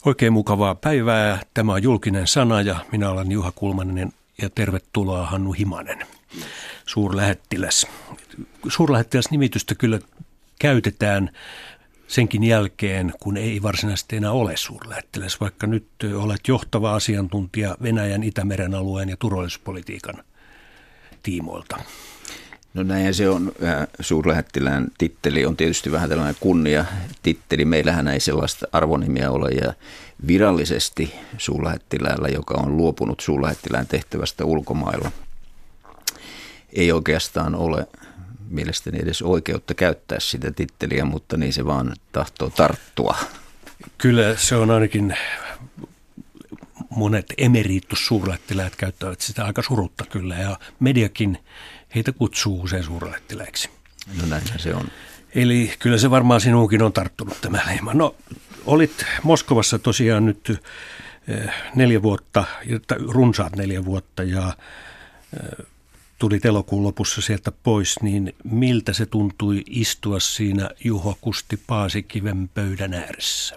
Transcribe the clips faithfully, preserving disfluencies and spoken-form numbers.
Oikein mukavaa päivää. Tämä on Julkinen sana ja minä olen Juha Kulmanen ja tervetuloa Hannu Himanen, suurlähettiläs. Suurlähettiläs-nimitystä kyllä käytetään senkin jälkeen, kun ei varsinaisesti enää ole suurlähettiläs, vaikka nyt olet johtava asiantuntija Venäjän, Itämeren alueen ja turvallisuuspolitiikan tiimoilta. No näinhän se on. Suurlähettilään titteli on tietysti vähän tällainen kunniatitteli. Meillähän ei sellaista arvonimiä ole ja virallisesti suurlähettiläällä, joka on luopunut suurlähettilään tehtävästä ulkomailla, ei oikeastaan ole mielestäni edes oikeutta käyttää sitä titteliä, mutta niin se vaan tahtoo tarttua. Kyllä se on ainakin, monet emeritus-suurlähettiläät käyttävät sitä aika surutta kyllä ja mediakin heitä kutsuu usein suurlähettiläiksi. No näinhän se on. Eli kyllä se varmaan sinuunkin on tarttunut tämä leima. No olit Moskovassa tosiaan nyt neljä vuotta, runsaat neljä vuotta ja tulit elokuun lopussa sieltä pois, niin miltä se tuntui istua siinä Juho Kusti Paasikiven pöydän ääressä?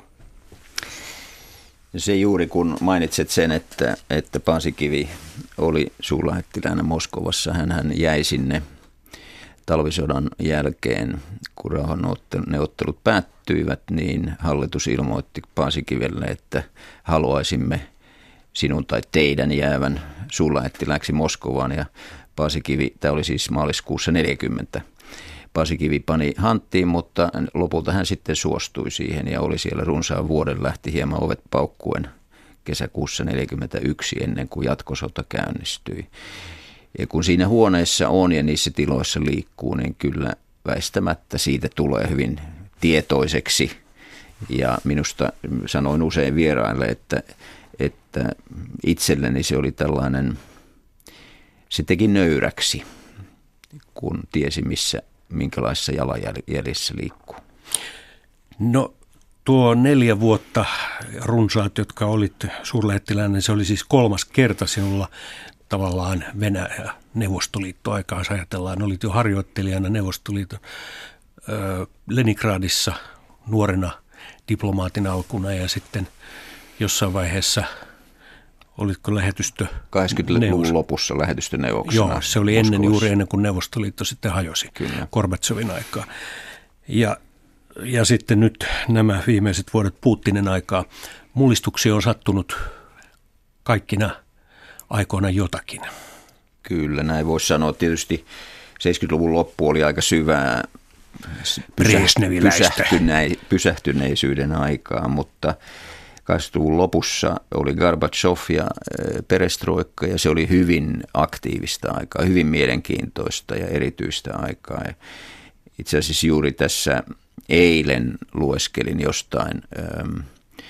Se juuri kun mainitset sen, että, että Paasikivi oli suurlähettiläänä Moskovassa, hän jäi sinne talvisodan jälkeen, kun rauhanneuvottelut päättyivät, niin hallitus ilmoitti Paasikivelle, että haluaisimme sinun tai teidän jäävän suurlähettilääksi Moskovaan. Ja Paasikivi, tämä oli siis maaliskuussa neljäkymmentä. Paasikivi pani hanttiin, mutta lopulta hän sitten suostui siihen ja oli siellä runsaan vuoden, lähti hieman ovet paukkuen kesäkuussa neljäkymmentäyksi ennen kuin jatkosota käynnistyi. Ja kun siinä huoneessa on ja niissä tiloissa liikkuu, niin kyllä väistämättä siitä tulee hyvin tietoiseksi. Ja minusta sanoin usein vieraille, että, että itselleni se oli tällainen, se teki nöyräksi, kun tiesi missä, minkälaisessa jalanjäljissä liikkuu. No tuo neljä vuotta runsaat, jotka olit suurlähettiläänä, niin se oli siis kolmas kerta sinulla tavallaan Venäjä Neuvostoliitto-aikaa, jos ajatellaan. Olit jo harjoittelijana Neuvostoliiton ö, Leningradissa nuorena diplomaatin alkuna ja sitten jossain vaiheessa olitko lähetystö... kahdeksankymmentäluvun lopussa lähetystöneuvoksena. Joo, se oli Moskovassa. ennen juuri ennen kuin Neuvostoliitto sitten hajosi, Kyllä. Gorbatsovin aikaa. Ja, ja sitten nyt nämä viimeiset vuodet Putinin aikaa. Mullistuksia on sattunut kaikkina aikoina jotakin. Kyllä, näin voisi sanoa. Tietysti seitsemänkymmentäluvun loppu oli aika syvää pysähtynei, pysähtyneisyyden aikaa, mutta kahdeksankymmentäluvun lopussa oli Gorbatsov ja perestroikka ja se oli hyvin aktiivista aikaa, hyvin mielenkiintoista ja erityistä aikaa. Ja itse asiassa juuri tässä eilen lueskelin jostain ähm,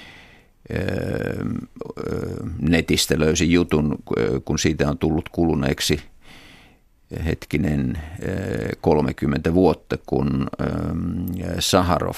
netistä löysin jutun, kun siitä on tullut kuluneeksi hetkinen kolmekymmentä vuotta, kun Saharov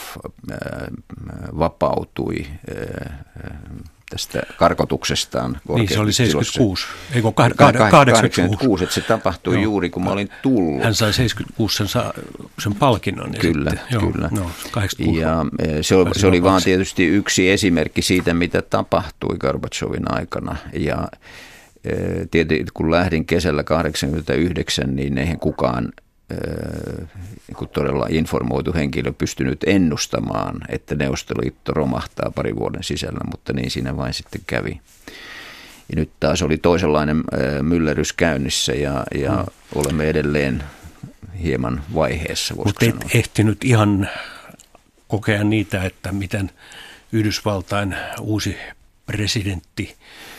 vapautui tästä karkotuksestaan. Niin se oli seitsemänkymmentäkuusi, eikö kahdeksankymmentäkuusi. Että se tapahtui no, juuri kun mä olin tullut. Hän sai seitsemänkymmentäkuusi sen, saa, sen palkinnon. Ja kyllä, sitten, kyllä. Joo, no, ja se oli, se oli vaan tietysti yksi esimerkki siitä, mitä tapahtui Gorbatsovin aikana. Ja tietysti kun lähdin kesällä kahdeksankymmentäyhdeksän, niin eihän kukaan kun todella informoitu henkilö pystynyt ennustamaan, että Neuvostoliitto romahtaa parin vuoden sisällä, mutta niin siinä vain sitten kävi. Ja nyt taas oli toisenlainen myllerrys käynnissä ja, ja hmm. olemme edelleen hieman vaiheessa. Mutta et sanoa. ehtinyt ihan kokea niitä, että miten Yhdysvaltain uusi presidentti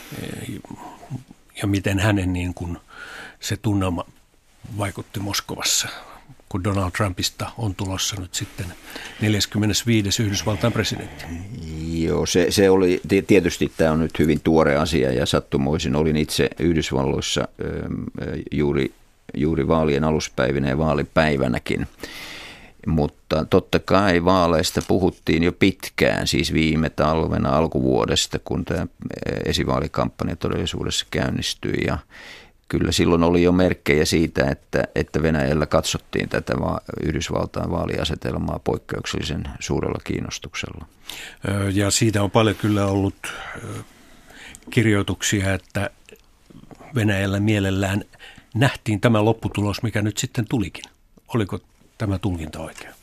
ja miten hänen niin kuin se tunnelma vaikutti Moskovassa, kun Donald Trumpista on tulossa nyt sitten neljäskymmenesviides Yhdysvaltain presidentti. Joo, se, se oli, tietysti tämä on nyt hyvin tuore asia ja sattumoisin olin itse Yhdysvalloissa juuri, juuri vaalien aluspäivinä ja vaalipäivänäkin. Mutta totta kai vaaleista puhuttiin jo pitkään, siis viime talvena alkuvuodesta, kun tämä esivaalikampanja todellisuudessa käynnistyi ja kyllä silloin oli jo merkkejä siitä, että, että Venäjällä katsottiin tätä Yhdysvaltain vaaliasetelmaa poikkeuksellisen suurella kiinnostuksella. Ja siitä on paljon kyllä ollut kirjoituksia, että Venäjällä mielellään nähtiin tämä lopputulos, mikä nyt sitten tulikin. Oliko tämä tulkinta oikea?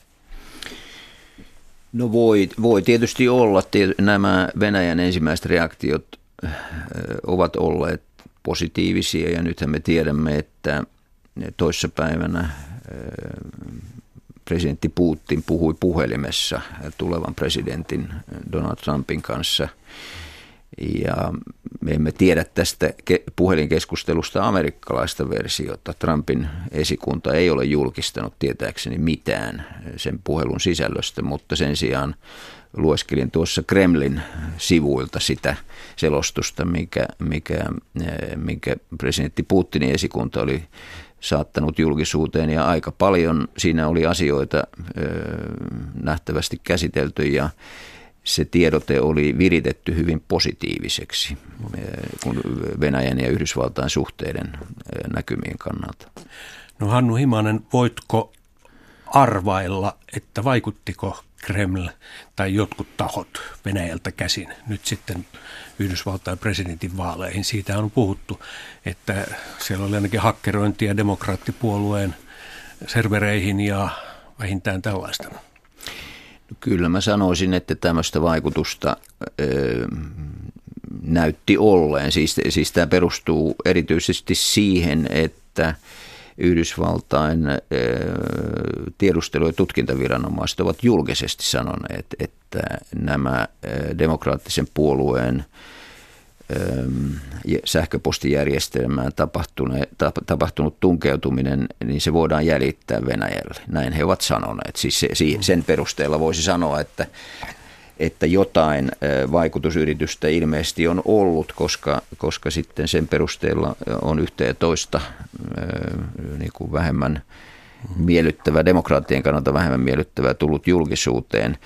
No voi, voi tietysti olla. Nämä Venäjän ensimmäiset reaktiot ovat olleet positiivisia ja nythän me tiedämme, että toissapäivänä presidentti Putin puhui puhelimessa tulevan presidentin Donald Trumpin kanssa. Ja me emme tiedä tästä puhelinkeskustelusta amerikkalaista versiota. Trumpin esikunta ei ole julkistanut tietääkseni mitään sen puhelun sisällöstä, mutta sen sijaan lueskelin tuossa Kremlin sivuilta sitä selostusta, mikä, mikä, mikä presidentti Putinin esikunta oli saattanut julkisuuteen. Ja aika paljon siinä oli asioita nähtävästi käsitelty ja se tiedote oli viritetty hyvin positiiviseksi kun Venäjän ja Yhdysvaltain suhteiden näkymien kannalta. No Hannu Himanen, voitko arvailla, että vaikuttiko Kreml tai jotkut tahot Venäjältä käsin nyt sitten Yhdysvaltain presidentin vaaleihin? Siitä on puhuttu, että siellä oli ainakin hakkerointia demokraattipuolueen servereihin ja vähintään tällaista. Kyllä mä sanoisin, että tämmöistä vaikutusta ö, näytti olleen. Siis, siis tämä perustuu erityisesti siihen, että Yhdysvaltain ö, tiedustelu- ja tutkintaviranomaiset ovat julkisesti sanoneet, että nämä ö, demokraattisen puolueen sähköpostijärjestelmään tapahtunut tunkeutuminen, niin se voidaan jäljittää Venäjälle. Näin he ovat sanoneet. Siis sen perusteella voisi sanoa, että, että jotain vaikutusyritystä ilmeisesti on ollut, koska, koska sitten sen perusteella on yhtä ja toista niin kuin vähemmän miellyttävää, demokraattien kannalta vähemmän miellyttävää tullut julkisuuteen.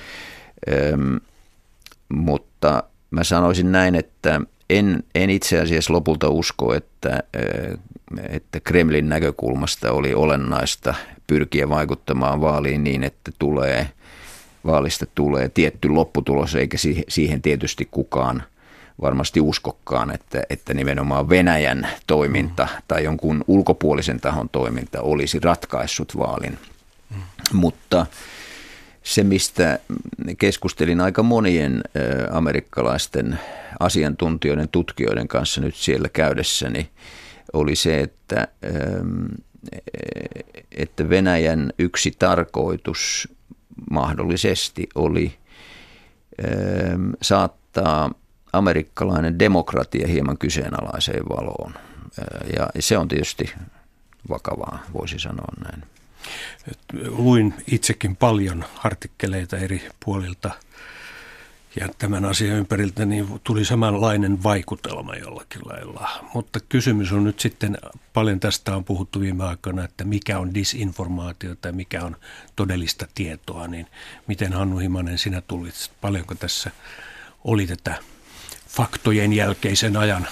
Mutta mä sanoisin näin, että En, en itse asiassa lopulta usko, että, että Kremlin näkökulmasta oli olennaista pyrkiä vaikuttamaan vaaliin niin, että tulee, vaalista tulee tietty lopputulos, eikä siihen tietysti kukaan varmasti uskokkaan, että, että nimenomaan Venäjän toiminta tai jonkun ulkopuolisen tahon toiminta olisi ratkaissut vaalin. Mm. Mutta se, mistä keskustelin aika monien amerikkalaisten asiantuntijoiden, tutkijoiden kanssa nyt siellä käydessäni, oli se, että, että Venäjän yksi tarkoitus mahdollisesti oli saattaa amerikkalainen demokratia hieman kyseenalaiseen valoon. Ja se on tietysti vakavaa, voisi sanoa näin. Luin itsekin paljon artikkeleita eri puolilta ja tämän asian ympäriltä niin tuli samanlainen vaikutelma jollakin lailla. Mutta kysymys on nyt sitten, paljon tästä on puhuttu viime aikoina, että mikä on disinformaatiota ja mikä on todellista tietoa. Niin miten Hannu Himanen sinä tulit, paljonko tässä oli tätä faktojen jälkeisen ajan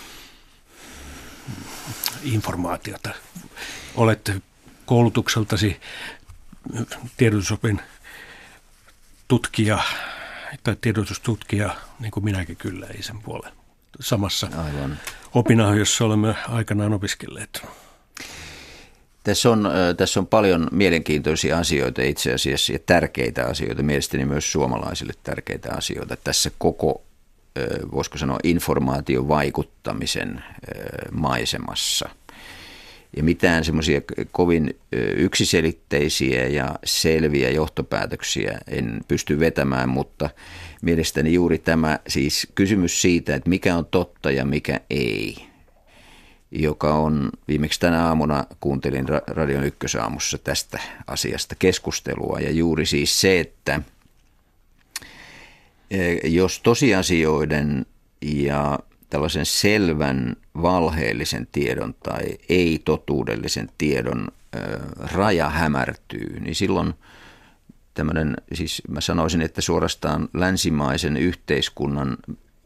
informaatiota? Olet koulutukseltasi tiedotusopin tutkija tai tiedotustutkija, niin kuin minäkin kyllä, ei sen puolen samassa Aivan. opinahjossa olemme aikanaan opiskelleet. Tässä on, tässä on paljon mielenkiintoisia asioita itse asiassa ja tärkeitä asioita, mielestäni myös suomalaisille tärkeitä asioita tässä koko, voisiko sanoa, informaation vaikuttamisen maisemassa. Ja mitään semmoisia kovin yksiselitteisiä ja selviä johtopäätöksiä en pysty vetämään, mutta mielestäni juuri tämä siis kysymys siitä, että mikä on totta ja mikä ei, joka on viimeksi tänä aamuna kuuntelin Radion Ykkösaamussa tästä asiasta keskustelua ja juuri siis se, että jos tosiasioiden ja tällaisen selvän valheellisen tiedon tai ei-totuudellisen tiedon ö, raja hämärtyy, niin silloin tämmöinen, siis mä sanoisin, että suorastaan länsimaisen yhteiskunnan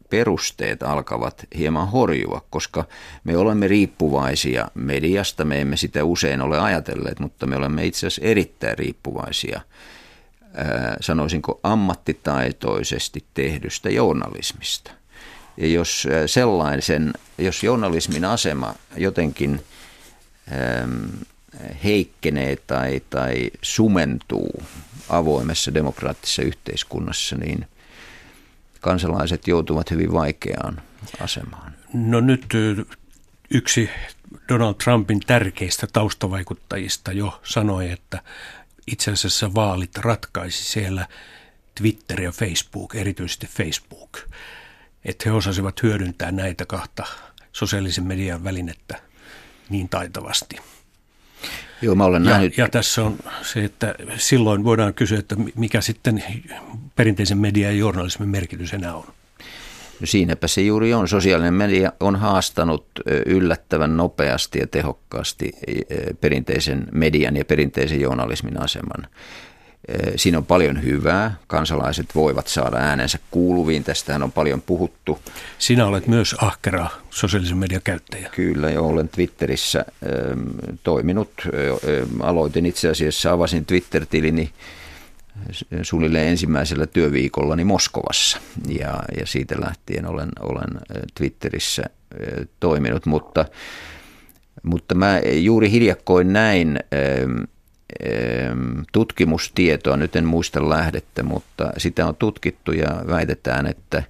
perusteet alkavat hieman horjua, koska me olemme riippuvaisia mediasta, me emme sitä usein ole ajatelleet, mutta me olemme itse asiassa erittäin riippuvaisia, ää, sanoisinko ammattitaitoisesti tehdystä journalismista. Ja jos sellaisen, jos journalismin asema jotenkin ää, heikkenee tai, tai sumentuu avoimessa demokraattisessa yhteiskunnassa, niin kansalaiset joutuvat hyvin vaikeaan asemaan. No nyt yksi Donald Trumpin tärkeistä taustavaikuttajista jo sanoi, että itse asiassa vaalit ratkaisi siellä Twitter ja Facebook, erityisesti Facebook, että he osasivat hyödyntää näitä kahta sosiaalisen median välinettä niin taitavasti. Joo, mä olen ja, nähnyt. ja tässä on se, että silloin voidaan kysyä, että mikä sitten perinteisen median ja journalismin merkitys enää on. No siinäpä se juuri on. Sosiaalinen media on haastanut yllättävän nopeasti ja tehokkaasti perinteisen median ja perinteisen journalismin aseman. Siinä on paljon hyvää. Kansalaiset voivat saada äänensä kuuluviin. Tästähän on paljon puhuttu. Sinä olet myös ahkera sosiaalisen median käyttäjä. Kyllä, jo olen Twitterissä ähm, toiminut. Ähm, aloitin itse asiassa, avasin Twitter-tilini suunnilleen ensimmäisellä työviikollani Moskovassa. Ja, ja siitä lähtien olen, olen Twitterissä äh, toiminut. Mutta, mutta mä juuri hiljakkoin näin ähm, tutkimustietoa, nyt en muista lähdettä, mutta sitä on tutkittu ja väitetään, että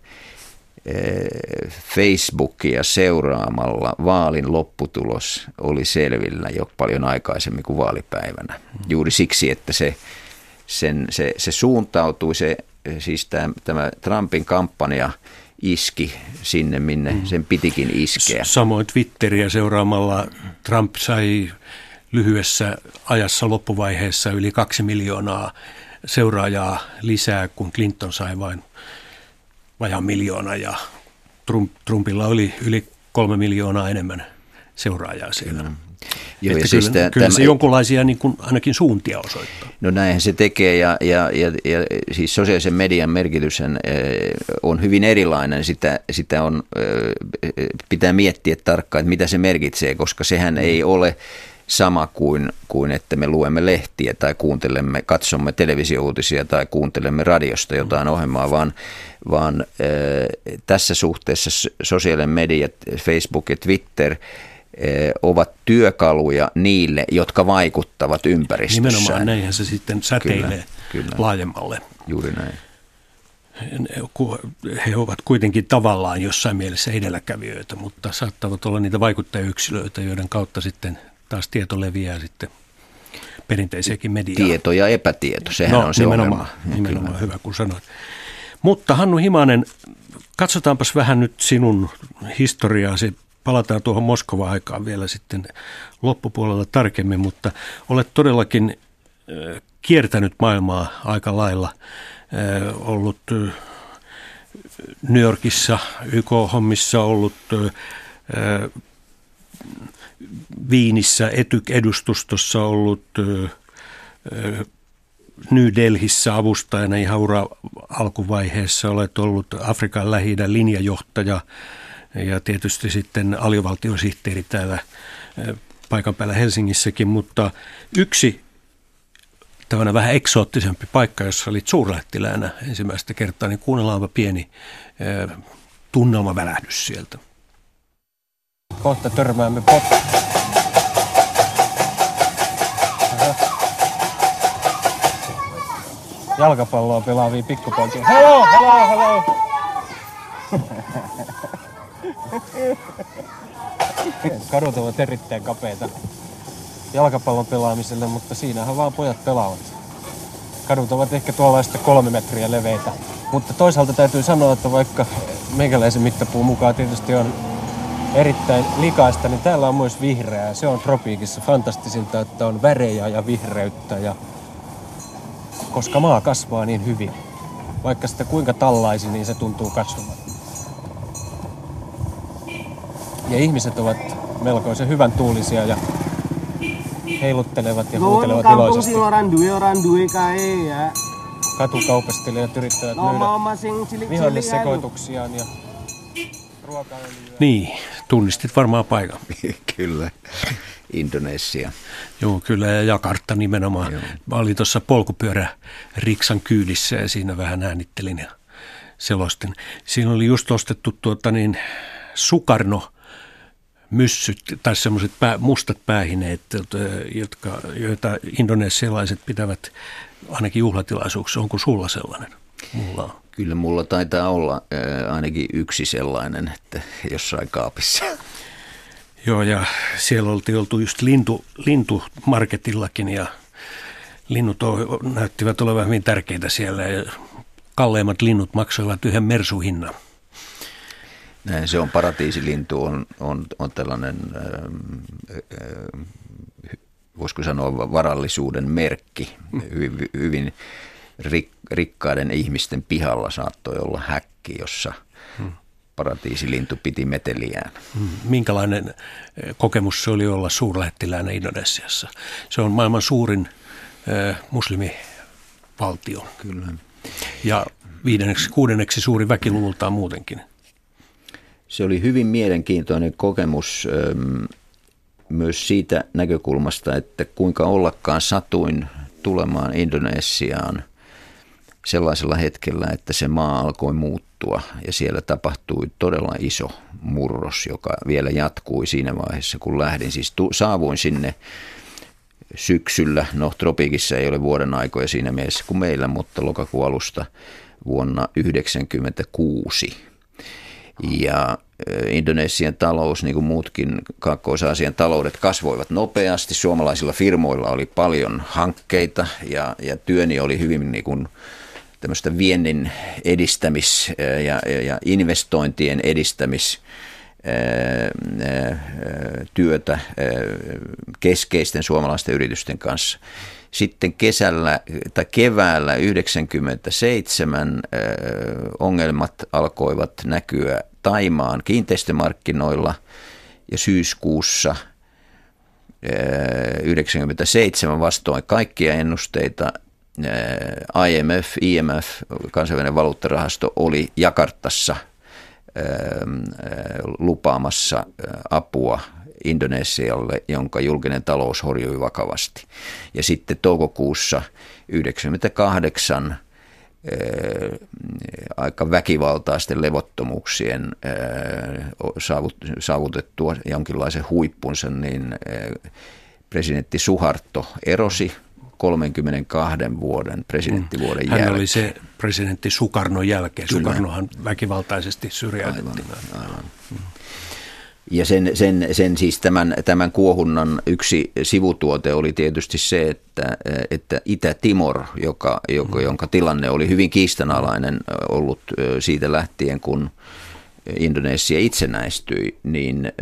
Facebookia seuraamalla vaalin lopputulos oli selvillä jo paljon aikaisemmin kuin vaalipäivänä. Juuri siksi, että se, sen, se, se suuntautui, se, siis tämä, tämä Trumpin kampanja iski sinne, minne sen pitikin iskeä. Samoin Twitteriä seuraamalla Trump sai lyhyessä ajassa loppuvaiheessa yli kaksi miljoonaa seuraajaa lisää, kun Clinton sai vain vajaan miljoona ja Trump, Trumpilla oli yli kolme miljoonaa enemmän seuraajaa siellä. Mm. Joo, ja siis kyllä, kyllä se jonkunlaisia niin kuin ainakin suuntia osoittaa. No näinhän se tekee ja, ja, ja, ja siis sosiaalisen median merkitys on hyvin erilainen. Sitä, sitä on, pitää miettiä tarkkaan, että mitä se merkitsee, koska sehän ei ole sama kuin, kuin että me luemme lehtiä tai kuuntelemme, katsomme televisiouutisia tai kuuntelemme radiosta jotain ohjelmaa, vaan, vaan äh, tässä suhteessa sosiaalinen media, Facebook ja Twitter äh, ovat työkaluja niille, jotka vaikuttavat ympäristössään. Nimenomaan näinhän se sitten säteilee kyllä, kyllä. laajemmalle. Juuri näin. He ovat kuitenkin tavallaan jossain mielessä edelläkävijöitä, mutta saattavat olla niitä vaikuttajayksiköitä, joiden kautta sitten taas tieto leviää sitten perinteiseenkin mediaan. Tieto ja epätieto, sehän no, on se nimenomaan, ongelma. Nimenomaan hyvä, kun sanoit. Mutta Hannu Himanen, katsotaanpas vähän nyt sinun historiaasi. Palataan tuohon Moskova-aikaan vielä sitten loppupuolella tarkemmin, mutta olet todellakin kiertänyt maailmaa aika lailla, ollut New Yorkissa, Y K-hommissa, ollut Viinissä Etyk-edustustossa, ollut New Delhissä avustajana ihan ura alkuvaiheessa, olet ollut Afrikan Lähi-idän linjajohtaja ja tietysti sitten aliovaltiosihteeri täällä paikan päällä Helsingissäkin, mutta yksi tämmöinen vähän eksoottisempi paikka, jossa olit suurlähettiläänä ensimmäistä kertaa, niin kuunnellaanpa pieni tunnelmavälähdys sieltä. Kohta törmäämme pot. Jalkapalloa pelaavia pikkupoikia. Hello, hello, hello. Kadut ovat erittäin kapeita jalkapallon pelaamiselle, mutta siinähän vaan pojat pelaavat. Kadut ovat ehkä tuollaista kolme metriä leveitä. Mutta toisaalta täytyy sanoa, että vaikka meikäläisen mittapuun mukaan tietysti on erittäin likaista, niin täällä on myös vihreää. Se on tropiikissa fantastisinta, että on värejä ja vihreyttä, ja koska maa kasvaa niin hyvin. Vaikka sitä kuinka tallaisi, niin se tuntuu kasvavan. Ja ihmiset ovat melkoisen hyvän tuulisia ja heiluttelevat ja huutelevat iloisesti. Katukaupastelijat yrittävät myydä vihannessekoituksiaan ja Niin, tunnistit varmaan paikan. Kyllä, Indonesia. Joo, kyllä, ja Jakarta nimenomaan. Joo. Mä olin tuossa polkupyörä-riksan kyydissä ja siinä vähän äänittelin ja selostin. Siinä oli just ostettu tuota niin Sukarno myssyt tai semmoiset pää, mustat päähineet, jotka, joita indonesialaiset pitävät ainakin juhlatilaisuuksissa. Onko sulla sellainen? Mulla on. Kyllä mulla taitaa olla ää, ainakin yksi sellainen, että jossain kaapissa. Joo, ja siellä oltiin oltu just lintu, lintumarketillakin ja linnut näyttivät olevan hyvin tärkeitä siellä ja kalleimmat linnut maksoivat yhden mersuhinnan. Näin se on, paratiisilintu on, on, on tällainen, äh, äh, voisiko sanoa varallisuuden merkki. Hyvin, hyvin rik, rikkaiden ihmisten pihalla saattoi olla häkki, jossa paratiisilintu piti meteliään. Minkälainen kokemus se oli olla suurlähettiläänä Indonesiassa? Se on maailman suurin äh, muslimivaltio. Kyllä. Ja viidenneksi, kuudenneksi suuri väkiluvultaan muutenkin. Se oli hyvin mielenkiintoinen kokemus ähm, myös siitä näkökulmasta, että kuinka ollakaan satuin tulemaan Indonesiaan sellaisella hetkellä, että se maa alkoi muuttua ja siellä tapahtui todella iso murros, joka vielä jatkui siinä vaiheessa, kun lähdin. Siis tu- saavuin sinne syksyllä, no tropiikissa ei ole vuoden aikoja siinä mielessä kuin meillä, mutta lokakuun alusta vuonna yhdeksänkymmentäkuusi. Ja Indonesian talous, niin kuin muutkin Kaakkois-Aasian taloudet, kasvoivat nopeasti. Suomalaisilla firmoilla oli paljon hankkeita ja, ja työni oli hyvin niin kuin tämmöistä viennin edistämis- ja, ja investointien edistämistyötä keskeisten suomalaisten yritysten kanssa. Sitten kesällä tai keväällä yhdeksänkymmentäseitsemän ongelmat alkoivat näkyä Thaimaan kiinteistömarkkinoilla ja syyskuussa yhdeksänkymmentäseitsemän vastoin kaikkia ennusteita I M F, I M F, kansainvälinen valuuttarahasto, oli Jakartassa lupaamassa apua Indonesialle, jonka julkinen talous horjui vakavasti. Ja sitten toukokuussa yhdeksänkymmentäkahdeksan aika väkivaltaisten levottomuuksien saavutettua jonkinlaisen huippunsa, niin presidentti Suharto erosi kolmenkymmenenkahden vuoden presidenttivuoden Hän jälkeen. oli se presidentti Sukarnon jälkeen. Kyllä. Sukarnohan väkivaltaisesti syrjäytettiin. Aivan, aivan. Ja sen, sen, sen siis tämän, tämän kuohunnan yksi sivutuote oli tietysti se, että, että Itä-Timor, joka, joka, jonka tilanne oli hyvin kiistanalainen ollut siitä lähtien, kun Indonesia itsenäistyi, niin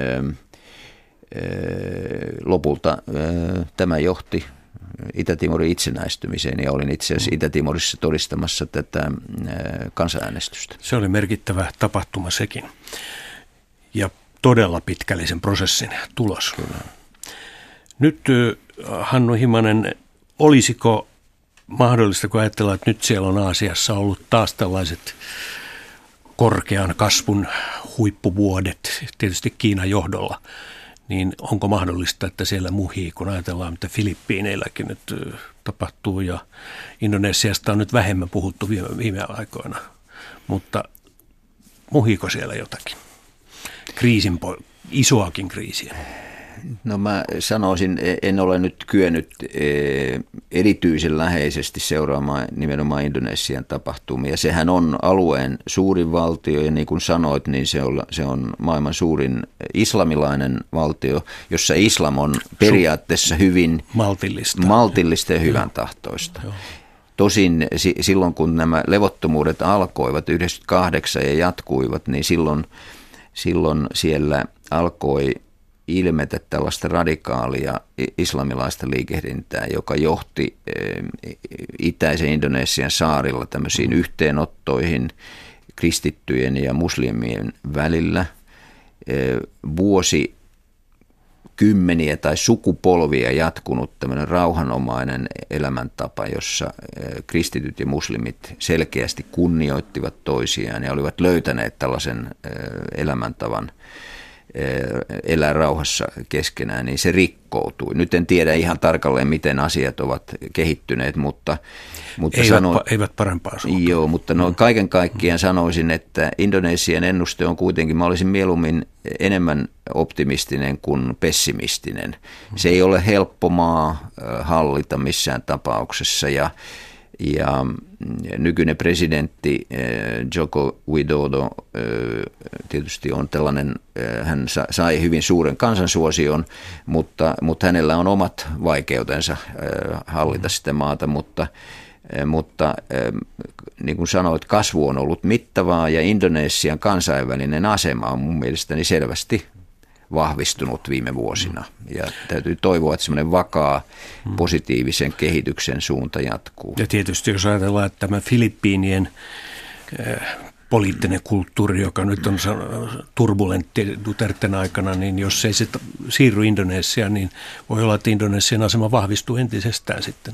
lopulta tämä johti Itä-Timorin itsenäistymiseen ja olin itse asiassa Itä-Timorissa todistamassa tätä kansanäänestystä. Se oli merkittävä tapahtuma sekin ja todella pitkällisen prosessin tulos. Kyllä. Nyt Hannu Himanen, olisiko mahdollista, kun ajatellaan, että nyt siellä on Aasiassa ollut taas tällaiset korkean kasvun huippuvuodet, tietysti Kiinan johdolla, niin onko mahdollista, että siellä muhii, kun ajatellaan, mitä Filippiineilläkin nyt tapahtuu ja Indonesiasta on nyt vähemmän puhuttu viime, viime aikoina, mutta muhiiko siellä jotakin? Kriisin, isoakin kriisiä. No mä sanoisin, en ole nyt kyennyt erityisen läheisesti seuraamaan nimenomaan Indonesian tapahtumia. Sehän on alueen suurin valtio ja niin kuin sanoit, niin se on, se on maailman suurin islamilainen valtio, jossa islam on periaatteessa hyvin maltillista, maltillista ja hyvän tahtoista. Joo. Tosin silloin kun nämä levottomuudet alkoivat yhdeksänkymmentäkahdeksan ja jatkuivat, niin silloin Silloin siellä alkoi ilmetä tällaista radikaalia islamilaista liikehdintää, joka johti itäisen Indonesian saarilla tämmöisiin yhteenottoihin kristittyjen ja muslimien välillä. Vuosi kymmeniä tai sukupolvia jatkunut tämmöinen rauhanomainen elämäntapa, jossa kristityt ja muslimit selkeästi kunnioittivat toisiaan ja olivat löytäneet tällaisen elämäntavan elää rauhassa keskenään, niin se rikkoutui. Nyt en tiedä ihan tarkalleen, miten asiat ovat kehittyneet, mutta, mutta eivät, sanoin, eivät parempaa suuntaan. Joo, mutta no, kaiken kaikkiaan sanoisin, että Indonesian ennuste on kuitenkin, mä olisin mieluummin enemmän optimistinen kuin pessimistinen. Se ei ole helppo maa hallita missään tapauksessa ja Ja nykyinen presidentti Joko Widodo tietysti on tällainen, hän sai hyvin suuren kansansuosion, mutta, mutta hänellä on omat vaikeutensa hallita sitä maata, mutta, mutta niin kuin sanoit, kasvu on ollut mittavaa ja Indonesian kansainvälinen asema on mun mielestäni selvästi vahvistunut viime vuosina. Ja täytyy toivoa, että semmoinen vakaa, positiivisen kehityksen suunta jatkuu. Ja tietysti jos ajatellaan, että tämä Filippiinien äh, poliittinen kulttuuri, joka nyt on turbulentti Duterten aikana, niin jos ei se siirry Indonesiaan, niin voi olla, että Indonesian asema vahvistuu entisestään sitten.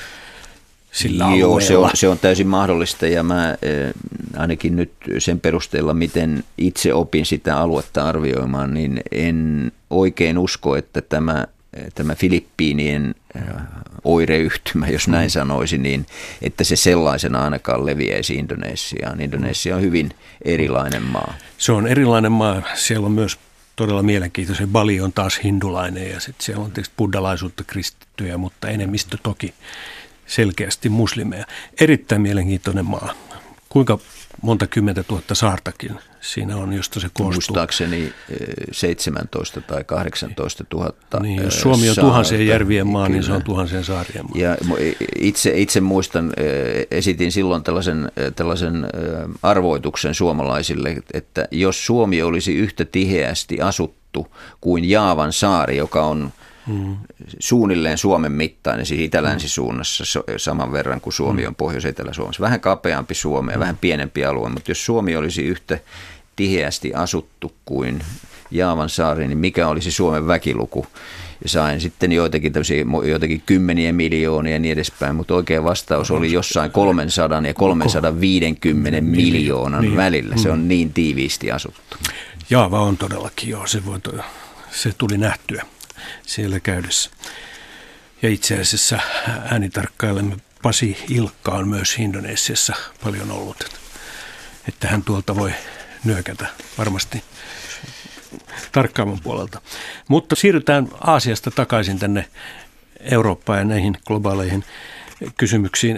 Joo, se on, se on täysin mahdollista ja mä ainakin nyt sen perusteella, miten itse opin sitä aluetta arvioimaan, niin en oikein usko, että tämä, tämä Filippiinien oireyhtymä, jos näin sanoisin, niin että se sellaisena ainakaan leviäisi Indonesiaan. Indonesia on hyvin erilainen maa. Se on erilainen maa. Siellä on myös todella mielenkiintoinen. Bali on taas hindulainen ja sitten siellä on tietysti buddhalaisuutta, kristittyjä, mutta enemmistö toki selkeästi muslimeja. Erittäin mielenkiintoinen maa. Kuinka monta kymmentä tuhatta saartakin siinä on, josta se koostuu? Muistaakseni seitsemäntoista tai kahdeksantoista tuhatta. Niin, jos Suomi on tuhansien järvien maa, kyllä, niin se on tuhansien saarien maa. Ja itse, itse muistan, esitin silloin tällaisen, tällaisen arvoituksen suomalaisille, että jos Suomi olisi yhtä tiheästi asuttu kuin Jaavan saari, joka on Mm. suunnilleen Suomen mittainen, siis itä-länsisuunnassa saman verran kuin Suomi on Pohjois-Etelä-Suomessa. Vähän kapeampi Suomi ja mm. vähän pienempi alue, mutta jos Suomi olisi yhtä tiheästi asuttu kuin Jaavan saari, niin mikä olisi Suomen väkiluku? Ja sain sitten joitakin, joitakin kymmeniä miljoonia ja niin edespäin, mutta oikea vastaus oli jossain kolmesataa ja kolmesataaviisikymmentä miljoonan niin, välillä. Se on niin tiiviisti asuttu. Jaava on todellakin, joo, se, voi, se tuli nähtyä siellä käydessä. Ja itse asiassa äänitarkkailemme Pasi Ilkka on myös Indonesiassa paljon ollut, että hän tuolta voi nyökätä varmasti tarkkaamman puolelta. Mutta siirrytään Aasiasta takaisin tänne Eurooppaan ja näihin globaaleihin kysymyksiin.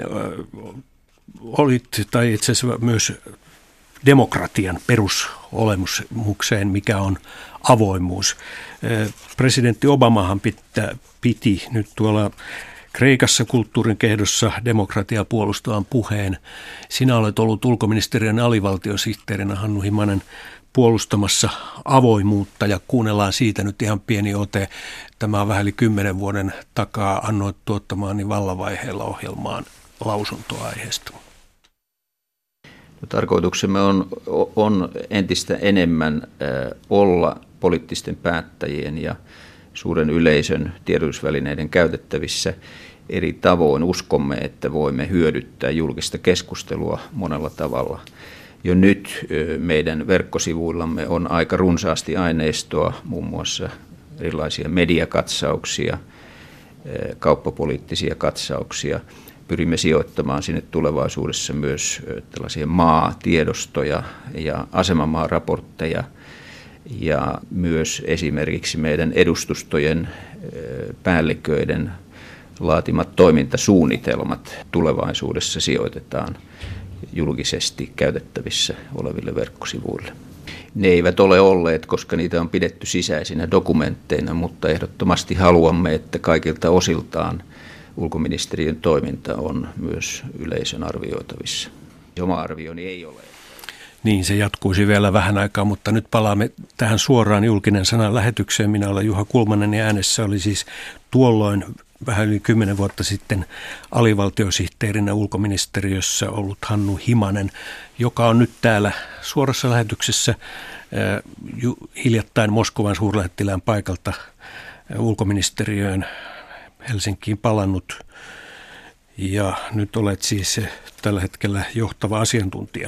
Olit, tai itse asiassa myös demokratian perusolemukseen, mikä on avoimuus. Presidentti Obamahan pitää, piti nyt tuolla Kreikassa kulttuurin kehdossa demokratiaa puolustavan puheen. Sinä olet ollut ulkoministeriön alivaltiosihteerinä, Hannu Himanen, puolustamassa avoimuutta ja kuunnellaan siitä nyt ihan pieni ote. Tämä on vähän yli kymmenen vuoden takaa annoit tuottamaani vallavaiheella ohjelmaan lausuntoa aiheesta. Tarkoituksemme on, on entistä enemmän olla poliittisten päättäjien ja suuren yleisön tiedotusvälineiden käytettävissä eri tavoin. Uskomme, että voimme hyödyttää julkista keskustelua monella tavalla. Jo nyt meidän verkkosivuillamme on aika runsaasti aineistoa, muun muassa erilaisia mediakatsauksia, kauppapoliittisia katsauksia. Pyrimme sijoittamaan sinne tulevaisuudessa myös tällaisia maatiedostoja ja asemamaaraportteja ja myös esimerkiksi meidän edustustojen päälliköiden laatimat toimintasuunnitelmat tulevaisuudessa sijoitetaan julkisesti käytettävissä oleville verkkosivuille. Ne eivät ole olleet, koska niitä on pidetty sisäisinä dokumentteina, mutta ehdottomasti haluamme, että kaikilta osiltaan ulkoministeriön toiminta on myös yleisön arvioitavissa. Oma arvioni ei ole. Niin, se jatkuisi vielä vähän aikaa, mutta nyt palaamme tähän suoraan julkinen sanan lähetykseen. Minä olen Juha Kulmanen ja äänessä oli siis tuolloin vähän yli kymmenen vuotta sitten alivaltiosihteerinä ulkoministeriössä ollut Hannu Himanen, joka on nyt täällä suorassa lähetyksessä hiljattain Moskovan suurlähettilään paikalta ulkoministeriöön Helsinkiin palannut ja nyt olet siis tällä hetkellä johtava asiantuntija.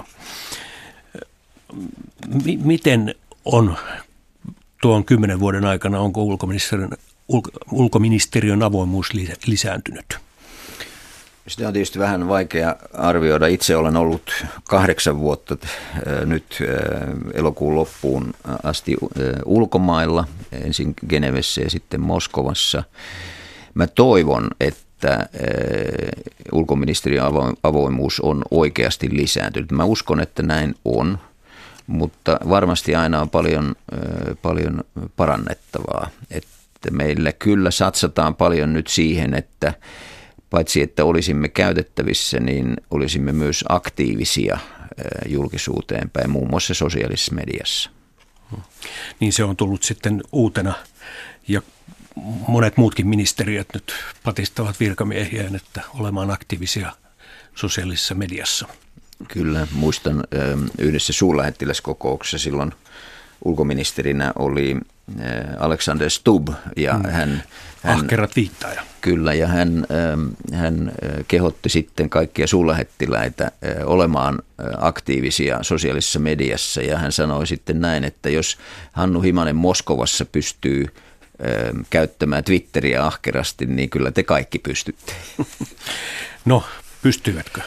M- miten on tuon kymmenen vuoden aikana, onko ulkoministeriön, ulko, ulkoministeriön avoimuus lisääntynyt? Sitä on tietysti vähän vaikea arvioida. Itse olen ollut kahdeksan vuotta nyt elokuun loppuun asti ulkomailla, ensin Genevessä ja sitten Moskovassa. Mä toivon, että ulkoministeriön avoimuus on oikeasti lisääntynyt. Mä uskon, että näin on, mutta varmasti aina on paljon, paljon parannettavaa. Että meillä kyllä satsataan paljon nyt siihen, että paitsi että olisimme käytettävissä, niin olisimme myös aktiivisia julkisuuteen päin, muun muassa sosiaalisessa mediassa. Niin se on tullut sitten uutena ja monet muutkin ministeriöt nyt patistavat virkamiehiään, että olemaan aktiivisia sosiaalisessa mediassa. Kyllä, muistan yhdessä suurlähettiläskokouksessa silloin ulkoministerinä oli Alexander Stubb ja mm. hän, hän ahkera twiittaaja. Kyllä, ja hän, hän kehotti sitten kaikkia suurlähettiläitä olemaan aktiivisia sosiaalisessa mediassa ja hän sanoi sitten näin, että jos Hannu Himanen Moskovassa pystyy käyttämään Twitteriä ahkerasti, niin kyllä te kaikki pystytte. No, pystyvätkö?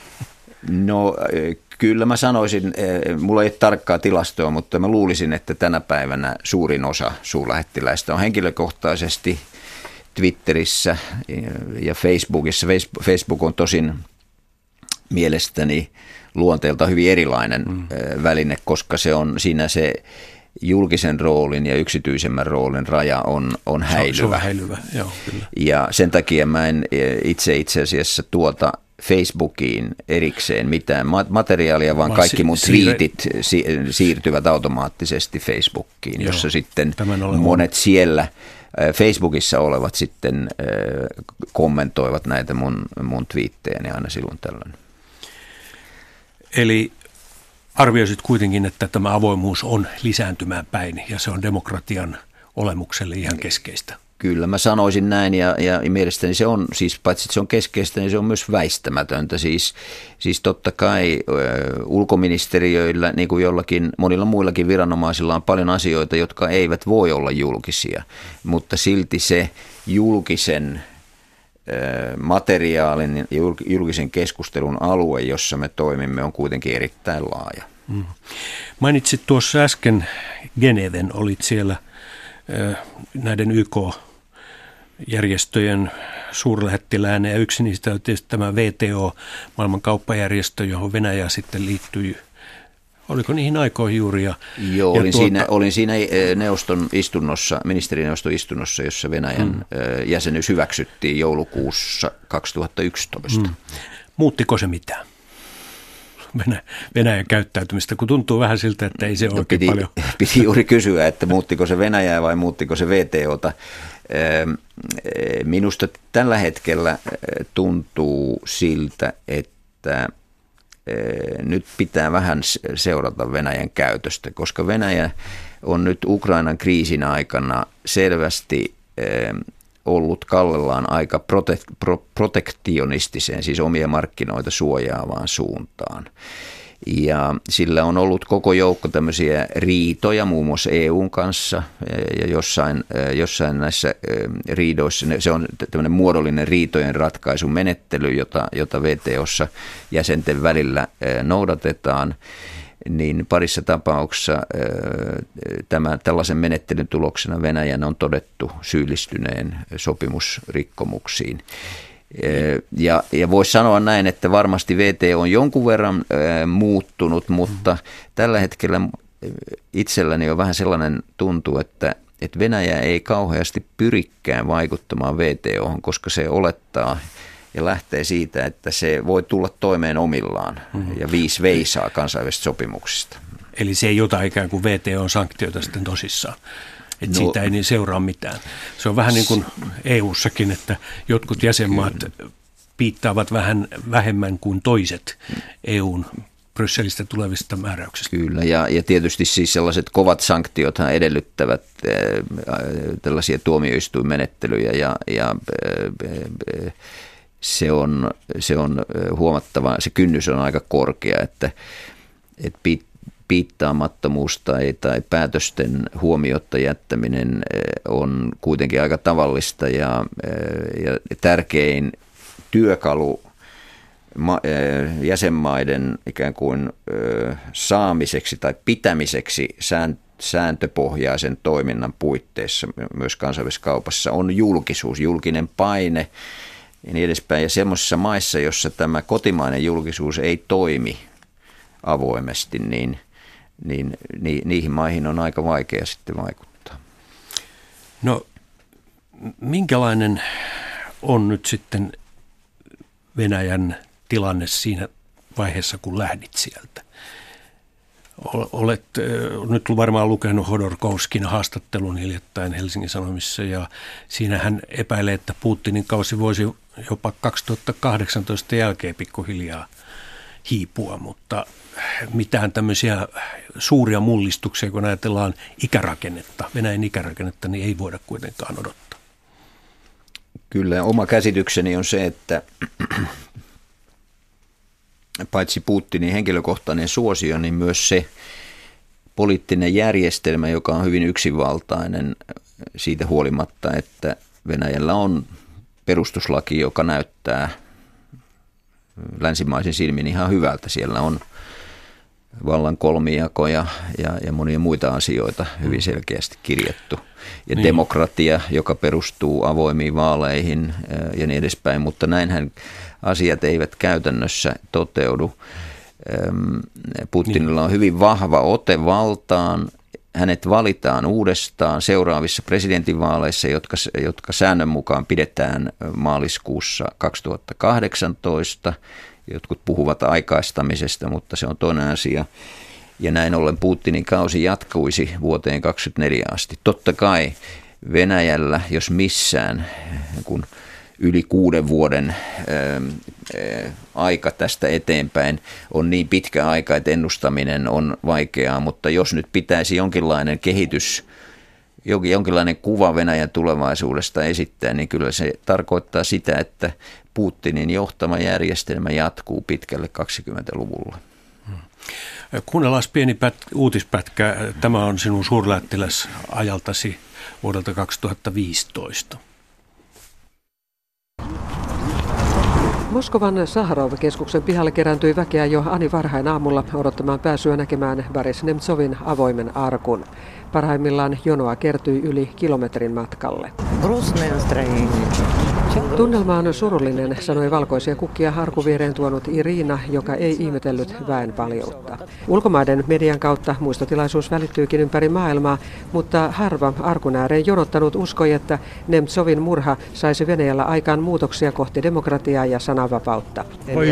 No kyllä mä sanoisin, mulla ei ole tarkkaa tilastoa, mutta mä luulisin, että tänä päivänä suurin osa suurlähettiläistä on henkilökohtaisesti Twitterissä ja Facebookissa. Facebook on tosin mielestäni luonteelta hyvin erilainen mm. väline, koska se on siinä se julkisen roolin ja yksityisemmän roolin raja on, on häilyvä. Se on häilyvä, joo, kyllä. Ja sen takia mä en itse itse asiassa tuota Facebookiin erikseen mitään materiaalia, vaan kaikki mun twiitit siirtyvät automaattisesti Facebookiin, jossa joo, sitten monet siellä Facebookissa olevat sitten kommentoivat näitä mun, mun twiittejäni aina silloin tällöin. Eli arvioisit kuitenkin, että tämä avoimuus on lisääntymään päin ja se on demokratian olemukselle ihan keskeistä. Kyllä, mä sanoisin näin ja, ja mielestäni se on, siis paitsi että se on keskeistä, niin se on myös väistämätöntä. Siis, siis totta kai ö, ulkoministeriöillä, niin kuin jollakin monilla muillakin viranomaisilla on paljon asioita, jotka eivät voi olla julkisia, mutta silti se julkisen ö, materiaalin ja julkisen keskustelun alue, jossa me toimimme, on kuitenkin erittäin laaja. Mm. Mainitsit tuossa äsken Geneven, olit siellä ö, näiden Y K-järjestöjen suurlähettiläänä ja yksi niistä on tietysti tämä V T O, maailman kauppajärjestö, johon Venäjä sitten liittyi. Oliko niihin aikoihin juuri? Ja, Joo, ja olin, tuota, siinä, olin siinä neuvoston istunnossa, ministerineuvoston istunnossa, jossa Venäjän mm. jäsenyys hyväksyttiin joulukuussa kaksituhattayksitoista. Mm. Muuttiko se mitään? Venäjän käyttäytymistä, kun tuntuu vähän siltä, että ei se no, oikein piti, paljon. Piti juuri kysyä, että muuttiko se Venäjää vai muuttiko se V T O:ta. Minusta tällä hetkellä tuntuu siltä, että nyt pitää vähän seurata Venäjän käytöstä, koska Venäjä on nyt Ukrainan kriisin aikana selvästi ollut kallellaan aika prote- pro- protektionistiseen, siis omia markkinoita suojaavaan suuntaan. Ja sillä on ollut koko joukko tämmöisiä riitoja muun muassa E U:n kanssa ja jossain, jossain näissä riidoissa, se on tämmöinen muodollinen riitojen ratkaisumenettely, jota, jota V T O:ssa jäsenten välillä noudatetaan. Niin parissa tapauksessa tämä, tällaisen menettelyn tuloksena Venäjän on todettu syyllistyneen sopimusrikkomuksiin. Ja, ja voisi sanoa näin, että varmasti V T O on jonkun verran muuttunut, mutta tällä hetkellä itselläni on vähän sellainen tuntu, että, että Venäjä ei kauheasti pyrikään vaikuttamaan V T O:hon, koska se olettaa ja lähtee siitä, että se voi tulla toimeen omillaan mm-hmm. ja viisi veisaa kansainvälisistä sopimuksista. Eli se ei ota ikään kuin V T O:n sanktioita sitten tosissaan, että no, siitä ei niin seuraa mitään. Se on vähän niin kuin E U:ssakin, että jotkut jäsenmaat kyllä. piittaavat vähän vähemmän kuin toiset E U:n Brysselistä tulevista määräyksistä. Kyllä, ja, ja tietysti siis sellaiset kovat sanktiothan edellyttävät äh, tällaisia tuomioistuinmenettelyjä, ja, ja äh, se, on, se on huomattava, se kynnys on aika korkea, että, että piittaamattomuus tai, tai päätösten huomiotta jättäminen on kuitenkin aika tavallista, ja, ja tärkein työkalu jäsenmaiden ikään kuin saamiseksi tai pitämiseksi sääntöpohjaisen toiminnan puitteissa myös kansainvälisessä kaupassa on julkisuus, julkinen paine ja niin edespäin. Ja semmoisissa maissa, jossa tämä kotimainen julkisuus ei toimi avoimesti, niin, niin ni, niihin maihin on aika vaikea sitten vaikuttaa. No, minkälainen on nyt sitten Venäjän tilanne siinä vaiheessa, kun lähdit sieltä? Olet nyt varmaan lukenut Hodorkovskin haastattelun hiljattain Helsingin Sanomissa, ja siinä hän epäilee, että Putinin kausi voisi jopa kaksituhattakahdeksantoista jälkeen pikkuhiljaa hiipua, mutta mitään tämmöisiä suuria mullistuksia, kun ajatellaan ikärakennetta, Venäjän ikärakennetta, niin ei voida kuitenkaan odottaa. Kyllä, oma käsitykseni on se, että paitsi Putinin henkilökohtainen suosio, niin myös se poliittinen järjestelmä, joka on hyvin yksinvaltainen siitä huolimatta, että Venäjällä on perustuslaki, joka näyttää länsimaisin silmin ihan hyvältä. Siellä on vallan kolmijako ja, ja, ja monia muita asioita hyvin selkeästi kirjattu. Ja niin. Demokratia, joka perustuu avoimiin vaaleihin ja niin edespäin, mutta näinhän asiat eivät käytännössä toteudu. Putinilla on hyvin vahva ote valtaan. Hänet valitaan uudestaan seuraavissa presidentinvaaleissa, jotka, jotka säännön mukaan pidetään maaliskuussa kaksituhattakahdeksantoista. Jotkut puhuvat aikaistamisesta, mutta se on toinen asia. Ja näin ollen Putinin kausi jatkuisi vuoteen kaksikymmentäneljä asti. Totta kai Venäjällä, jos missään, kun yli kuuden vuoden ää, ää, aika tästä eteenpäin on niin pitkä aika, että ennustaminen on vaikeaa, mutta jos nyt pitäisi jonkinlainen kehitys, jonkinlainen kuva Venäjän tulevaisuudesta esittää, niin kyllä se tarkoittaa sitä, että Putinin johtama järjestelmä jatkuu pitkälle kaksikymmentäluvulla. Kuunnellaan pieni pät- uutispätkä. Tämä on sinun suurlähettiläs ajaltasi vuodelta kaksituhattaviisitoista. Moskovan Saharov-keskuksen pihalle kerääntyi väkeä jo ani varhain aamulla odottamaan pääsyä näkemään Boris Nemtsovin avoimen arkun. Parhaimmillaan jonoa kertyi yli kilometrin matkalle. Tunnelma on surullinen, sanoi valkoisia kukkia arkuviereen tuonut Irina, joka ei ihmetellyt väen paljoutta. Ulkomaiden median kautta muistotilaisuus välittyykin ympäri maailmaa, mutta harva arkun ääreen jonottanut uskoi, että Nemtsovin murha saisi Venäjällä aikaan muutoksia kohti demokratiaa ja sananvapautta.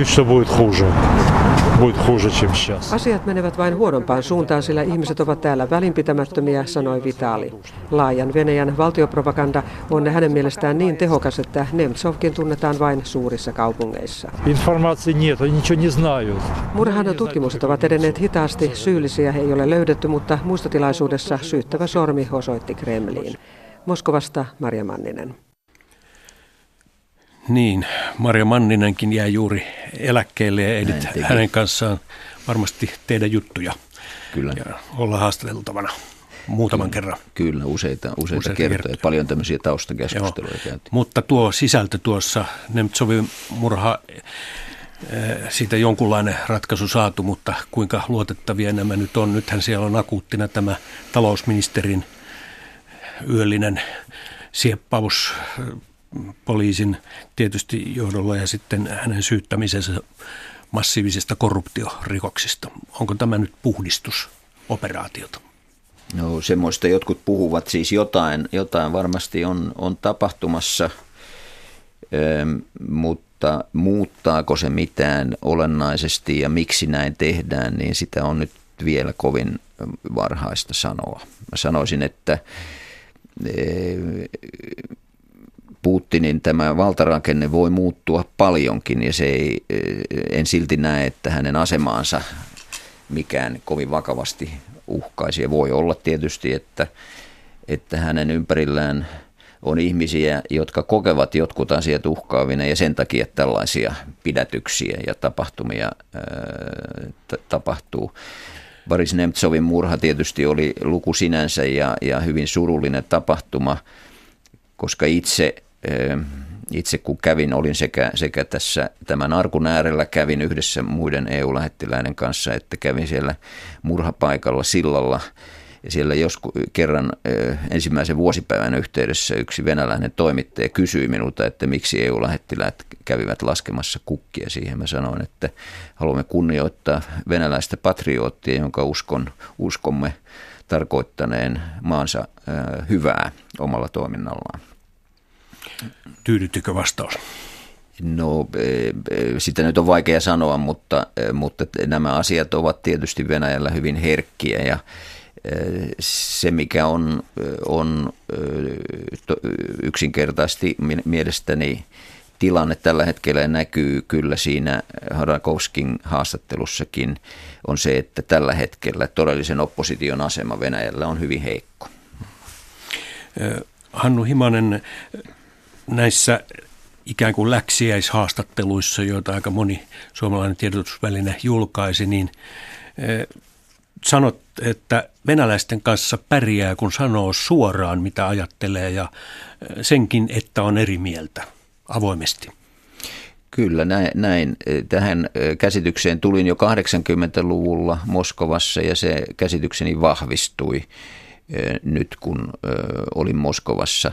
Asiat menevät vain huonompaan suuntaan, sillä ihmiset ovat täällä välinpitämättömiä, sanoi Vitali. Laajan Venäjän valtiopropaganda on hänen mielestään niin tehokas, että Nemtsovkin tunnetaan vain suurissa kaupungeissa. Murhan tutkimukset ovat edenneet hitaasti, syyllisiä ei ole löydetty, mutta muistotilaisuudessa syyttävä sormi osoitti Kremliin. Moskovasta Marja Manninen. Niin, Marja Manninenkin jäi juuri eläkkeelle ja edit hänen kanssaan varmasti tehdä juttuja. Kyllä. Ja olla haastateltavana muutaman kyllä, kerran. Kyllä, useita, useita, useita kertoja. kertoja. Paljon tämmöisiä taustakeskusteluja käytiin. Mutta tuo sisältö tuossa, Nemtsovin murha, siitä jonkunlainen ratkaisu saatu, mutta kuinka luotettavia nämä nyt on. Nythän siellä on akuuttina tämä talousministerin yöllinen sieppaus poliisin tietysti johdolla ja sitten hänen syyttämisensä massiivisista korruptiorikoksista. Onko tämä nyt puhdistusoperaatiota? No semmoista jotkut puhuvat, siis jotain, jotain varmasti on, on tapahtumassa, mutta muuttaako se mitään olennaisesti ja miksi näin tehdään, niin sitä on nyt vielä kovin varhaista sanoa. Mä sanoisin, että Putinin tämä valtarakenne voi muuttua paljonkin ja se ei, en silti näe, että hänen asemaansa mikään kovin vakavasti uhkaisi. Ja voi olla tietysti, että, että hänen ympärillään on ihmisiä, jotka kokevat jotkut asiat uhkaavina ja sen takia tällaisia pidätyksiä ja tapahtumia ää, t- tapahtuu. Boris Nemtsovin murha tietysti oli luku sinänsä ja, ja hyvin surullinen tapahtuma, koska itse, itse kun kävin, olin sekä, sekä tässä tämän arkun äärellä, kävin yhdessä muiden E U-lähettiläiden kanssa, että kävin siellä murhapaikalla sillalla. Ja siellä joskus kerran ensimmäisen vuosipäivän yhteydessä yksi venäläinen toimittaja kysyi minulta, että miksi E U-lähettiläät kävivät laskemassa kukkia siihen. Mä sanoin, että haluamme kunnioittaa venäläistä patrioottia, jonka uskon, uskomme tarkoittaneen maansa hyvää omalla toiminnallaan. Tyydyttikö vastaus? No sitä nyt on vaikea sanoa, mutta, mutta nämä asiat ovat tietysti Venäjällä hyvin herkkiä ja se, mikä on, on yksinkertaisesti mielestäni tilanne tällä hetkellä näkyy kyllä siinä Harakovskin haastattelussakin, on se, että tällä hetkellä todellisen opposition asema Venäjällä on hyvin heikko. Hannu Himanen, näissä ikään kuin läksiäishaastatteluissa, joita aika moni suomalainen tiedotusväline julkaisi, niin sanot, että venäläisten kanssa pärjää, kun sanoo suoraan, mitä ajattelee ja senkin, että on eri mieltä avoimesti. Kyllä, näin, näin. Tähän käsitykseen tulin jo kahdeksankymmentäluvulla Moskovassa ja se käsitykseni vahvistui nyt, kun olin Moskovassa.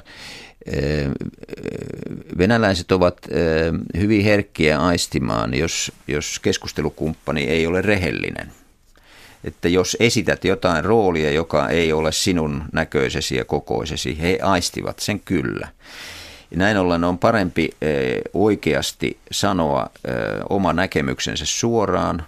Venäläiset ovat hyvin herkkiä aistimaan, jos, jos keskustelukumppani ei ole rehellinen. Että jos esität jotain roolia, joka ei ole sinun näköisesi ja kokoisesi, he aistivat sen kyllä. Ja näin ollen on parempi oikeasti sanoa oma näkemyksensä suoraan,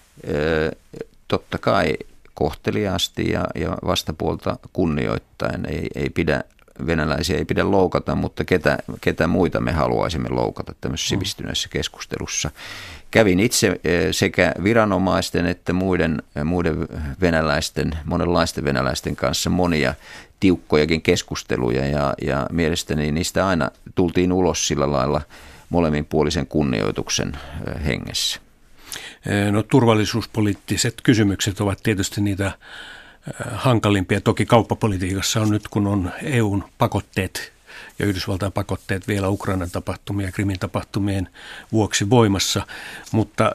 totta kai kohteliaasti ja, ja vastapuolta kunnioittaen. Ei, ei pidä, venäläisiä ei pidä loukata, mutta ketä, ketä muita me haluaisimme loukata tämmöisessä sivistyneessä keskustelussa. Kävin itse sekä viranomaisten että muiden, muiden venäläisten, monenlaisten venäläisten kanssa monia tiukkojakin keskusteluja ja, ja mielestäni niistä aina tultiin ulos sillä lailla molemminpuolisen kunnioituksen hengessä. No, turvallisuuspoliittiset kysymykset ovat tietysti niitä hankalimpia. Toki kauppapolitiikassa on nyt, kun on E U:n pakotteet ja Yhdysvaltain pakotteet vielä Ukrainan tapahtumien ja Krimin tapahtumien vuoksi voimassa, mutta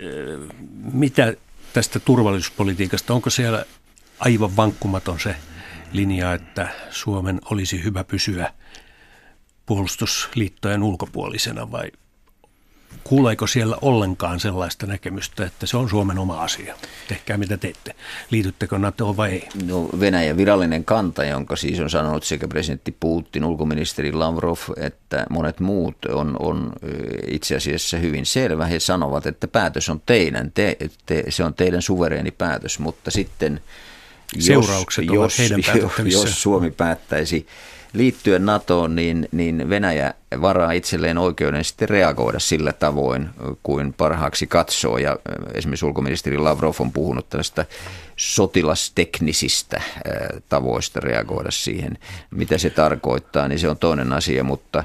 mitä tästä turvallisuuspolitiikasta, onko siellä aivan vankkumaton se linja, että Suomen olisi hyvä pysyä puolustusliittojen ulkopuolisena vai kuuleeko siellä ollenkaan sellaista näkemystä, että se on Suomen oma asia? Tehkää mitä teette. Liityttekö NATOon vai ei? No, Venäjän virallinen kanta, jonka siis on sanonut sekä presidentti Putin, ulkoministeri Lavrov että monet muut, on, on itse asiassa hyvin selvä. He sanovat, että päätös on teidän, te, te, se on teidän suvereeni päätös, mutta sitten seuraukset jos, ovat jos, heidän päätettävissä. Jos Suomi päättäisi liittyen NATOon, niin, niin Venäjä varaa itselleen oikeuden sitten reagoida sillä tavoin, kuin parhaaksi katsoo. Ja esimerkiksi ulkoministeri Lavrov on puhunut tällaista sotilasteknisistä tavoista reagoida siihen. Mitä se tarkoittaa, niin se on toinen asia, mutta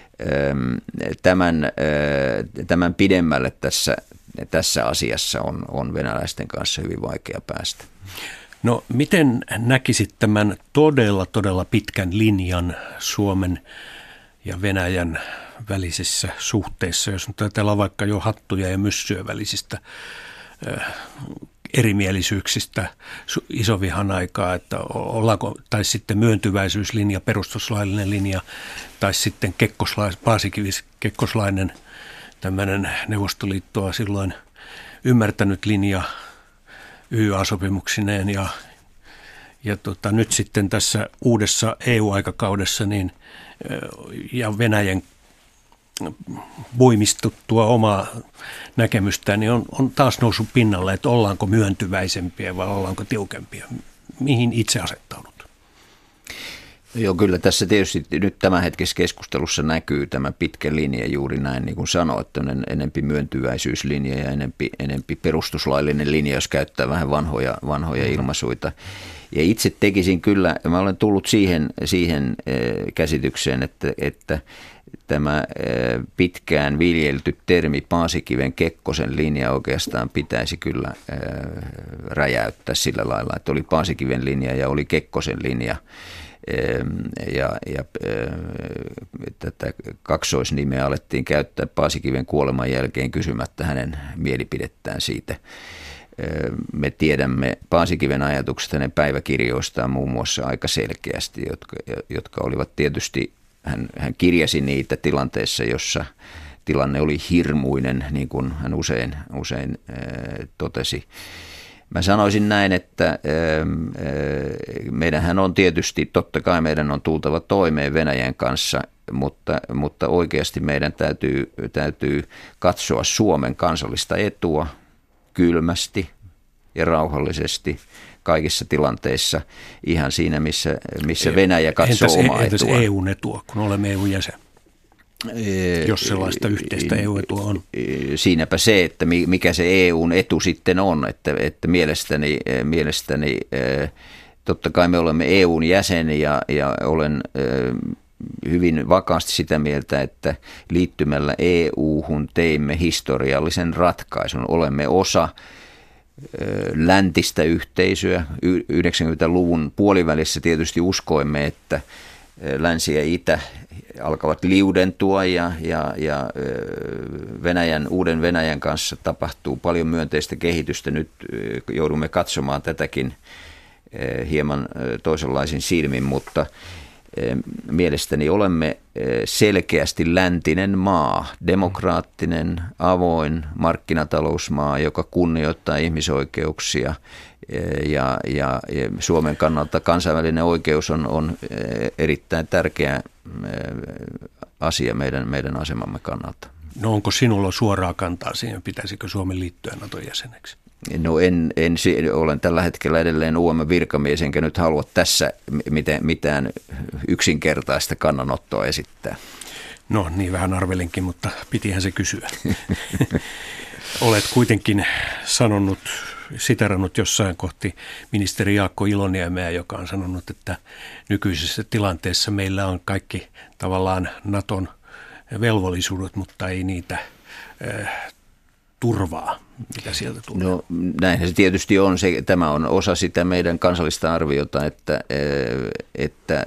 tämän, tämän pidemmälle tässä, tässä asiassa on, on venäläisten kanssa hyvin vaikea päästä. No, miten näkisit tämän todella, todella pitkän linjan Suomen ja Venäjän välisissä suhteissa, jos nyt ajatellaan vaikka jo hattuja ja myssyjä välisistä äh, erimielisyyksistä isovihan aikaa, että ollaanko, tai sitten myöntyväisyyslinja, perustuslaillinen linja, tai sitten kekkoslais, Paasikivis kekkoslainen tämmöinen Neuvostoliittoa silloin ymmärtänyt linja, Y A-sopimuksineen ja, ja tota, nyt sitten tässä uudessa E U-aikakaudessa niin, ja Venäjän voimistuttua omaa näkemystään, niin on, on taas noussut pinnalle, että ollaanko myöntyväisempiä vai ollaanko tiukempia. Mihin itse asettaudut? Joo, kyllä tässä tietysti nyt tämänhetkisessä keskustelussa näkyy tämä pitkä linja juuri näin, niin kuin sanoit, että on enempi myöntyväisyyslinja ja enempi, enempi perustuslaillinen linja, jos käyttää vähän vanhoja, vanhoja ilmaisuita. Ja itse tekisin kyllä, mä olen tullut siihen, siihen käsitykseen, että, että tämä pitkään viljelty termi Paasikiven Kekkosen linja oikeastaan pitäisi kyllä räjäyttää sillä lailla, että oli Paasikiven linja ja oli Kekkosen linja. Ja, ja tätä kaksoisnimeä alettiin käyttää Paasikiven kuoleman jälkeen kysymättä hänen mielipidettään siitä. Me tiedämme Paasikiven ajatukset hänen päiväkirjoistaan muun muassa aika selkeästi, jotka, jotka olivat tietysti, hän, hän kirjasi niitä tilanteessa, jossa tilanne oli hirmuinen, niin kuin hän usein, usein totesi. Mä sanoisin näin, että meidänhän on tietysti, totta kai meidän on tultava toimeen Venäjän kanssa, mutta, mutta oikeasti meidän täytyy, täytyy katsoa Suomen kansallista etua kylmästi ja rauhallisesti kaikissa tilanteissa, ihan siinä, missä, missä Venäjä katsoo entäs, omaa entäs etua. E U:n etua, kun olemme E U-jäsen? Jos sellaista yhteistä E U-etua on. Siinäpä se, että mikä se E U:n etu sitten on, että, että mielestäni, mielestäni totta kai me olemme E U:n jäsen ja, ja olen hyvin vakaasti sitä mieltä, että liittymällä E U:hun teimme historiallisen ratkaisun. Olemme osa läntistä yhteisöä. yhdeksänkymmentäluvun puolivälissä tietysti uskoimme, että länsi ja itä alkavat liudentua ja, ja, ja Venäjän, uuden Venäjän kanssa tapahtuu paljon myönteistä kehitystä. Nyt joudumme katsomaan tätäkin hieman toisenlaisin silmin, mutta mielestäni olemme selkeästi läntinen maa, demokraattinen, avoin markkinatalousmaa, joka kunnioittaa ihmisoikeuksia ja, ja, ja Suomen kannalta kansainvälinen oikeus on, on erittäin tärkeä asia meidän, meidän asemamme kannalta. No onko sinulla suoraa kantaa siihen, pitäisikö Suomen liittyä Naton jäseneksi? No en, en, olen tällä hetkellä edelleen U M-virkamies, enkä nyt halua tässä mitään yksinkertaista kannanottoa esittää. No niin, vähän arvelinkin, mutta pitihän se kysyä. Olet kuitenkin sanonut, siterannut jossain kohti ministeri Jaakko Iloniemeä, joka on sanonut, että nykyisessä tilanteessa meillä on kaikki tavallaan Naton velvollisuudet, mutta ei niitä äh, turvaa, mitä sieltä tulee. No näinhän se tietysti on. Se, tämä on osa sitä meidän kansallista arviota, että, että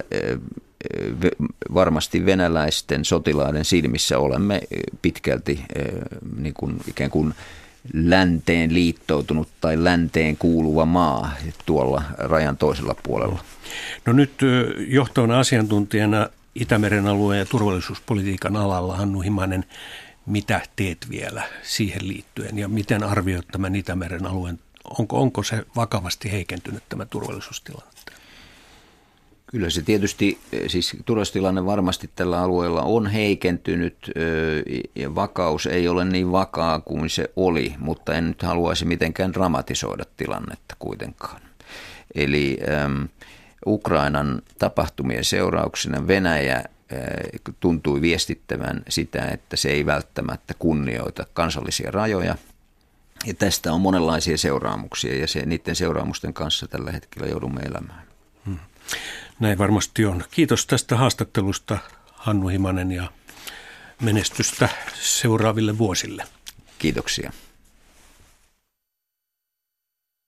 varmasti venäläisten sotilaiden silmissä olemme pitkälti niin kuin, ikään kuin länteen liittoutunut tai länteen kuuluva maa tuolla rajan toisella puolella. No nyt johtavana asiantuntijana Itämeren alueen ja turvallisuuspolitiikan alalla Hannu Himanen, mitä teet vielä siihen liittyen ja miten arvioit tämän Itämeren alueen, onko, onko se vakavasti heikentynyt tämä turvallisuustilanne? Kyllä se tietysti, siis turvallisuustilanne varmasti tällä alueella on heikentynyt ja vakaus ei ole niin vakaa kuin se oli, mutta en nyt haluaisi mitenkään dramatisoida tilannetta kuitenkaan. Eli äm, Ukrainan tapahtumien seurauksena Venäjä tuntui viestittävän sitä, että se ei välttämättä kunnioita kansallisia rajoja. Ja tästä on monenlaisia seuraamuksia ja se, niiden seuraamusten kanssa tällä hetkellä joudumme elämään. Hmm. Näin varmasti on. Kiitos tästä haastattelusta, Hannu Himanen, ja menestystä seuraaville vuosille. Kiitoksia.